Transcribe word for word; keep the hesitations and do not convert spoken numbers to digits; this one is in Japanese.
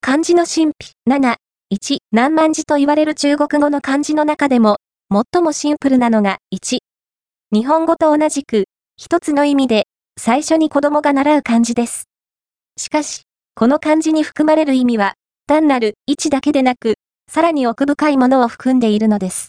漢字の神秘、なな、いち、何万字と言われる中国語の漢字の中でも、最もシンプルなのがいち。日本語と同じく、一つの意味で、最初に子供が習う漢字です。しかし、この漢字に含まれる意味は、単なるいちだけでなく、さらに奥深いものを含んでいるのです。